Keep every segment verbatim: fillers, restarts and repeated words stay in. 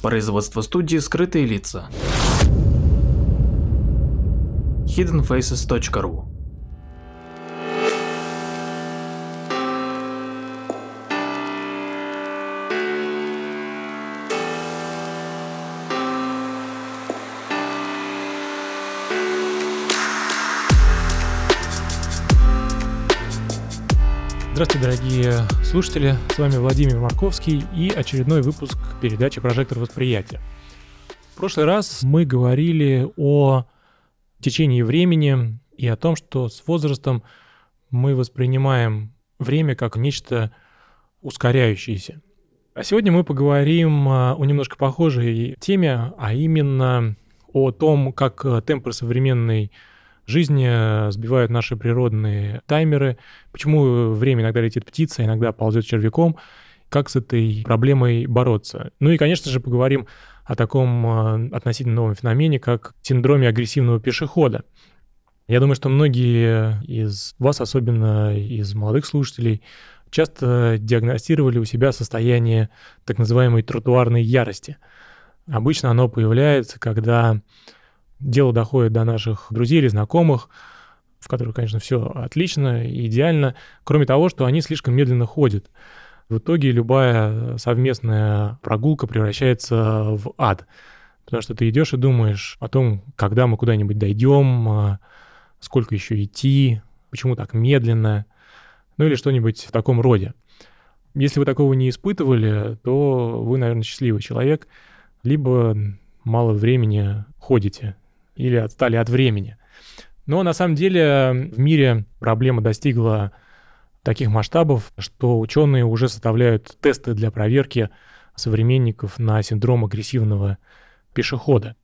Производство студии «Скрытые лица». хидден фейсес точка ру. Здравствуйте, дорогие слушатели, с вами Владимир Марковский и очередной выпуск передачи «Прожектор восприятия». В прошлый раз мы говорили о течении времени и о том, что с возрастом мы воспринимаем время как нечто ускоряющееся. А сегодня мы поговорим о немножко похожей теме, а именно о том, как темпы современной жизни сбивают наши природные таймеры, почему время иногда летит птицей, иногда ползет червяком, как с этой проблемой бороться. Ну и, конечно же, поговорим о таком относительно новом феномене, как синдроме агрессивного пешехода. Я думаю, что многие из вас, особенно из молодых слушателей, часто диагностировали у себя состояние так называемой тротуарной ярости. Обычно оно появляется, когда дело доходит до наших друзей или знакомых, в которых, конечно, все отлично и идеально, кроме того, что они слишком медленно ходят. В итоге любая совместная прогулка превращается в ад, потому что ты идешь и думаешь о том, когда мы куда-нибудь дойдем, сколько еще идти, почему так медленно, ну или что-нибудь в таком роде. Если вы такого не испытывали, то вы, наверное, счастливый человек, либо мало времени ходите, или отстали от времени. Но на самом деле в мире проблема достигла таких масштабов, что ученые уже составляют тесты для проверки современников на синдром агрессивного пешехода.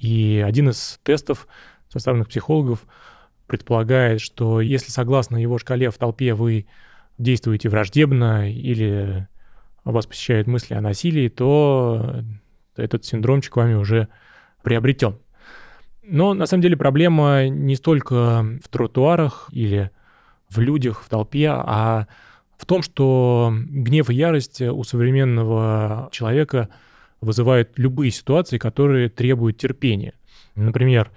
И один из тестов, составленных психологов, предполагает, что если согласно его шкале в толпе вы действуете враждебно или вас посещают мысли о насилии, то этот синдромчик вами уже приобретен. Но на самом деле проблема не столько в тротуарах или в людях, в толпе, а в том, что гнев и ярость у современного человека вызывают любые ситуации, которые требуют терпения. Например,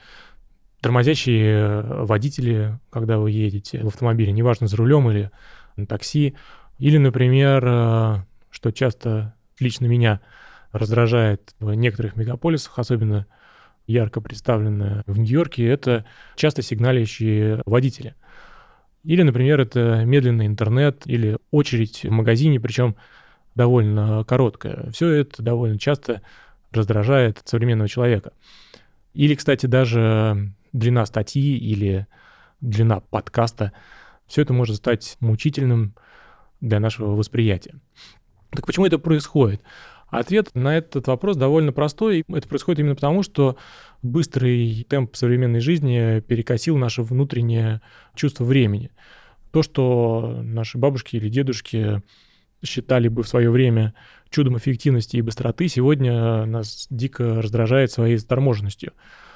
тормозящие водители, когда вы едете в автомобиле, неважно, за рулем или на такси, или, например, что часто лично меня раздражает в некоторых мегаполисах, особенно ярко представленная в Нью-Йорке, это часто сигналящие водители. Или, например, это медленный интернет или очередь в магазине, причем довольно короткая. Все это довольно часто раздражает современного человека. Или, кстати, даже длина статьи или длина подкаста. Все это может стать мучительным для нашего восприятия. Так почему это происходит? Ответ на этот вопрос довольно простой. Это происходит именно потому, что быстрый темп современной жизни перекосил наше внутреннее чувство времени. То, что наши бабушки или дедушки считали бы в свое время чудом эффективности и быстроты, сегодня нас дико раздражает своей заторможенностью.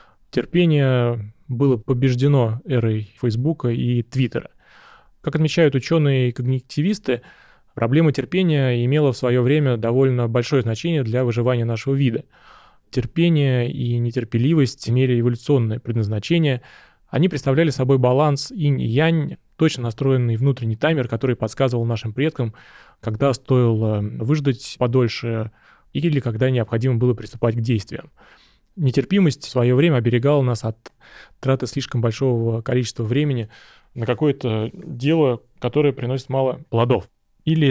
Терпение было побеждено эрой Фейсбука и Твиттера. Как отмечают ученые и когнитивисты, проблема терпения имела в свое время довольно большое значение для выживания нашего вида. Терпение и нетерпеливость имели эволюционное предназначение. Они представляли собой баланс инь и янь, точно настроенный внутренний таймер, который подсказывал нашим предкам, когда стоило выждать подольше или когда необходимо было приступать к действиям. Нетерпимость в свое время оберегала нас от траты слишком большого количества времени на какое-то дело, которое приносит мало плодов. Или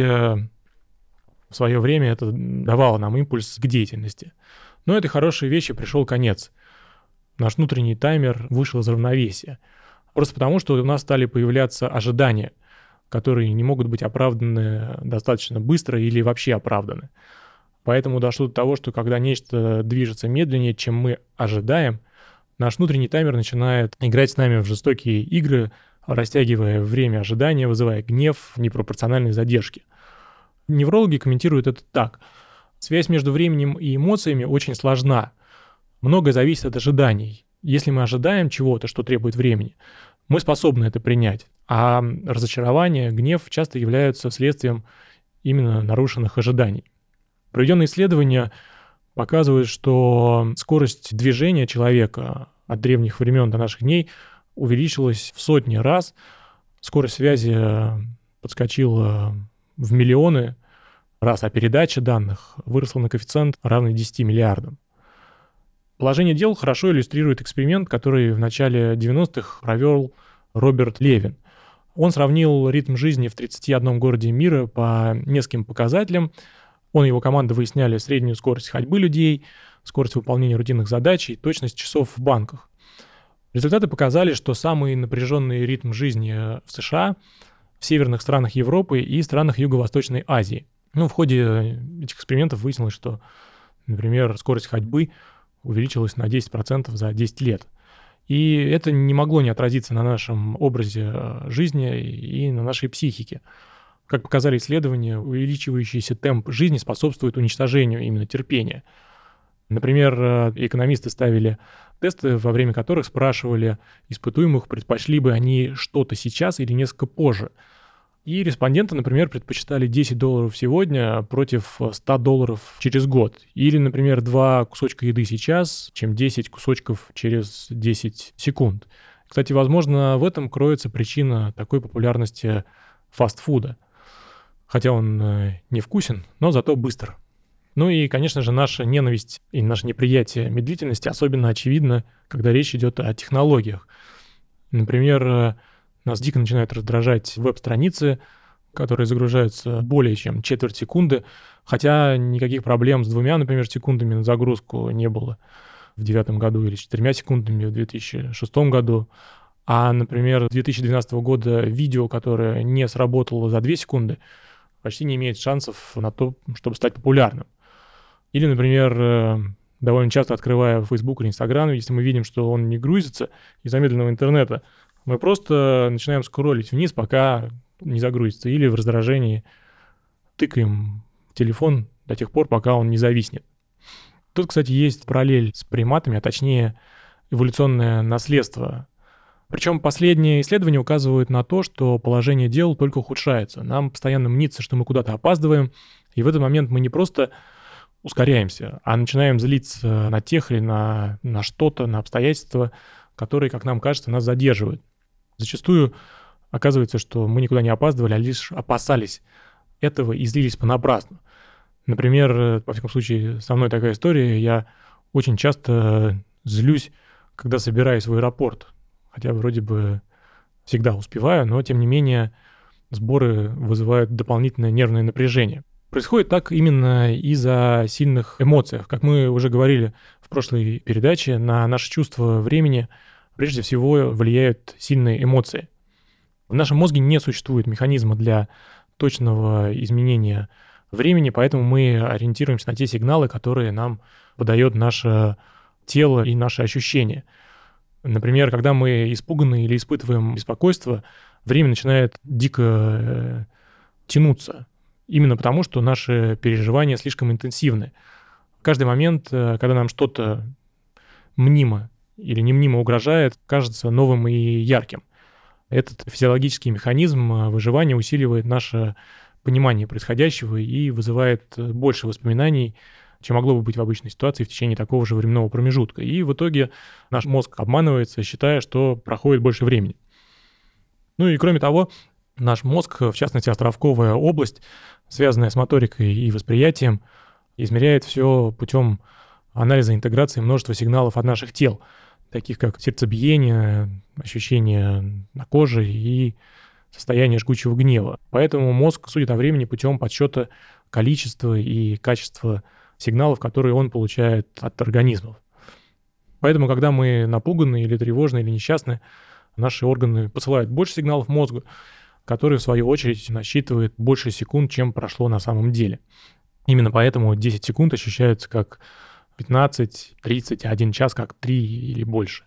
в свое время это давало нам импульс к деятельности. Но этой хорошей вещи пришел конец. Наш внутренний таймер вышел из равновесия. Просто потому, что у нас стали появляться ожидания, которые не могут быть оправданы достаточно быстро или вообще оправданы. Поэтому дошло до того, что когда нечто движется медленнее, чем мы ожидаем, наш внутренний таймер начинает играть с нами в жестокие игры, растягивая время ожидания, вызывая гнев, непропорциональные задержки. Неврологи комментируют это так. Связь между временем и эмоциями очень сложна. Многое зависит от ожиданий. Если мы ожидаем чего-то, что требует времени, мы способны это принять. А разочарование, гнев часто являются следствием именно нарушенных ожиданий. Проведенные исследования показывают, что скорость движения человека от древних времен до наших дней увеличилась в сотни раз. Скорость связи подскочила в миллионы раз, а передача данных выросла на коэффициент, равный десяти миллиардам. Положение дел хорошо иллюстрирует эксперимент, который в начале девяностых провел Роберт Левин. Он сравнил ритм жизни в тридцати одном городе мира по нескольким показателям. Он и его команда выясняли среднюю скорость ходьбы людей, скорость выполнения рутинных задач и точность часов в банках. Результаты показали, что самый напряженный ритм жизни в США, в северных странах Европы и странах Юго-Восточной Азии. Ну, в ходе этих экспериментов выяснилось, что, например, скорость ходьбы увеличилась на десять процентов за десять лет. И это не могло не отразиться на нашем образе жизни и на нашей психике. Как показали исследования, увеличивающийся темп жизни способствует уничтожению именно терпения. Например, экономисты ставили тесты, во время которых спрашивали испытуемых, предпочли бы они что-то сейчас или несколько позже. И респонденты, например, предпочитали десять долларов сегодня против ста долларов через год. Или, например, два кусочка еды сейчас, чем десять кусочков через десять секунд. Кстати, возможно, в этом кроется причина такой популярности фастфуда. Хотя он не вкусен, но зато быстр. Ну и, конечно же, наша ненависть и наше неприятие медлительности особенно очевидно, когда речь идет о технологиях. Например, нас дико начинают раздражать веб-страницы, которые загружаются более чем четверть секунды, хотя никаких проблем с двумя, например, секундами на загрузку не было в девятом году или с четырьмя секундами в две тысячи шестом году. А, например, с две тысячи двенадцатого года видео, которое не сработало за две секунды, почти не имеет шансов на то, чтобы стать популярным. Или, например, довольно часто открывая Facebook или Instagram, если мы видим, что он не грузится из-за медленного интернета, мы просто начинаем скроллить вниз, пока не загрузится. Или в раздражении тыкаем в телефон до тех пор, пока он не зависнет. Тут, кстати, есть параллель с приматами, а точнее эволюционное наследство. Причем последние исследования указывают на то, что положение дел только ухудшается. Нам постоянно мнится, что мы куда-то опаздываем, и в этот момент мы не просто ускоряемся, а начинаем злиться на тех или на, на что-то, на обстоятельства, которые, как нам кажется, нас задерживают. Зачастую оказывается, что мы никуда не опаздывали, а лишь опасались этого и злились понапрасну. Например, во всяком случае, со мной такая история. Я очень часто злюсь, когда собираюсь в аэропорт. Хотя вроде бы всегда успеваю, но тем не менее сборы вызывают дополнительное нервное напряжение. Происходит так именно из-за сильных эмоций. Как мы уже говорили в прошлой передаче, на наше чувство времени прежде всего влияют сильные эмоции. В нашем мозге не существует механизма для точного изменения времени, поэтому мы ориентируемся на те сигналы, которые нам подает наше тело и наши ощущения. Например, когда мы испуганы или испытываем беспокойство, время начинает дико э, тянуться. Именно потому, что наши переживания слишком интенсивны. В каждый момент, когда нам что-то мнимо или немнимо угрожает, кажется новым и ярким. Этот физиологический механизм выживания усиливает наше понимание происходящего и вызывает больше воспоминаний, чем могло бы быть в обычной ситуации в течение такого же временного промежутка. И в итоге наш мозг обманывается, считая, что проходит больше времени. Ну и кроме того, наш мозг, в частности островковая область, связанная с моторикой и восприятием, измеряет все путем анализа интеграции множества сигналов от наших тел, таких как сердцебиение, ощущение на коже и состояние жгучего гнева. Поэтому мозг судит о времени путем подсчета количества и качества сигналов, которые он получает от организмов. Поэтому, когда мы напуганы или тревожны или несчастны, наши органы посылают больше сигналов мозгу, который, в свою очередь, насчитывает больше секунд, чем прошло на самом деле. Именно поэтому десять секунд ощущаются как пятнадцать, тридцать, а один час как три или больше.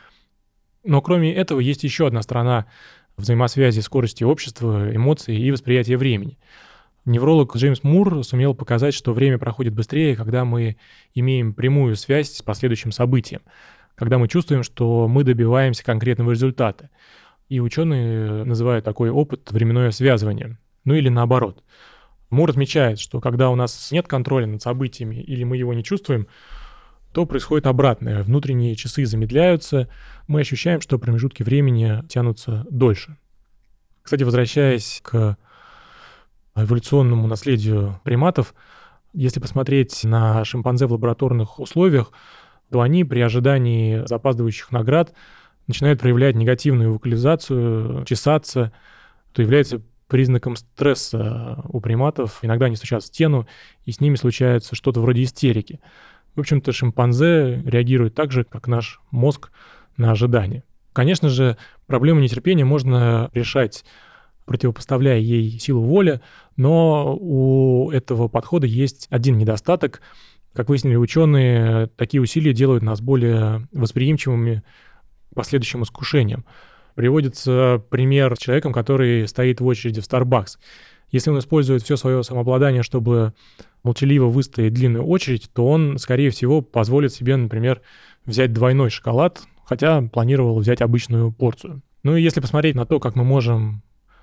Но кроме этого есть еще одна сторона взаимосвязи скорости общества, эмоций и восприятия времени. Невролог Джеймс Мур сумел показать, что время проходит быстрее, когда мы имеем прямую связь с последующим событием, когда мы чувствуем, что мы добиваемся конкретного результата. И ученые называют такой опыт временное связывание. Ну или наоборот. Мур отмечает, что когда у нас нет контроля над событиями или мы его не чувствуем, то происходит обратное. Внутренние часы замедляются, мы ощущаем, что промежутки времени тянутся дольше. Кстати, возвращаясь к эволюционному наследию приматов, если посмотреть на шимпанзе в лабораторных условиях, то они при ожидании запаздывающих наград начинают проявлять негативную вокализацию, чесаться, то является признаком стресса у приматов. Иногда они стучат в стену, и с ними случается что-то вроде истерики. В общем-то, шимпанзе реагирует так же, как наш мозг на ожидание. Конечно же, проблему нетерпения можно решать, противопоставляя ей силу воли, но у этого подхода есть один недостаток. Как выяснили ученые, такие усилия делают нас более восприимчивыми к последующим искушениям. Приводится пример с человеком, который стоит в очереди в Starbucks. Если он использует все свое самообладание, чтобы молчаливо выстоять длинную очередь, то он, скорее всего, позволит себе, например, взять двойной шоколад, хотя планировал взять обычную порцию. Ну и если посмотреть на то, как мы можем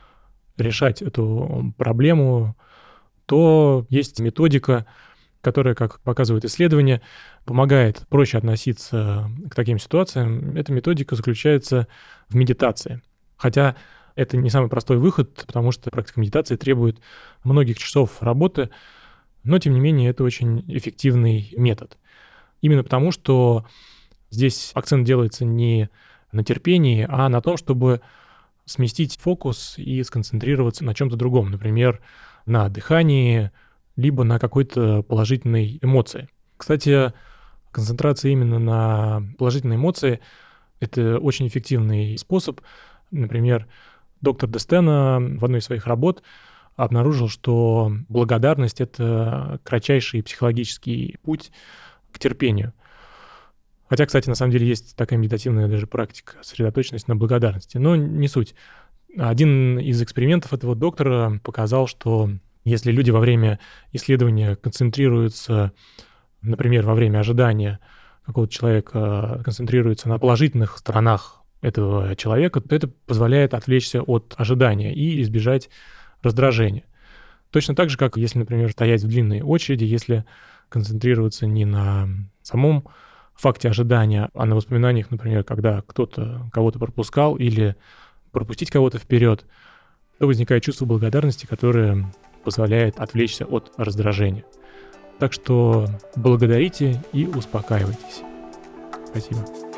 решать эту проблему, то есть методика, которая, как показывают исследования, помогает проще относиться к таким ситуациям. Эта методика заключается в медитации. Хотя это не самый простой выход, потому что практика медитации требует многих часов работы, но, тем не менее, это очень эффективный метод. Именно потому, что здесь акцент делается не на терпении, а на том, чтобы сместить фокус и сконцентрироваться на чем-то другом, например, на дыхании, либо на какой-то положительной эмоции. Кстати, концентрация именно на положительной эмоции — это очень эффективный способ. Например, доктор Дестена в одной из своих работ обнаружил, что благодарность — это кратчайший психологический путь к терпению. Хотя, кстати, на самом деле есть такая медитативная даже практика — сосредоточенность на благодарности. Но не суть. Один из экспериментов этого доктора показал, что если люди во время исследования концентрируются, например, во время ожидания какого-то человека, концентрируются на положительных сторонах этого человека, то это позволяет отвлечься от ожидания и избежать раздражения. Точно так же, как если, например, стоять в длинной очереди, если концентрироваться не на самом факте ожидания, а на воспоминаниях, например, когда кто-то кого-то пропускал или пропустить кого-то вперед, то возникает чувство благодарности, которое позволяет отвлечься от раздражения. Так что благодарите и успокаивайтесь. Спасибо.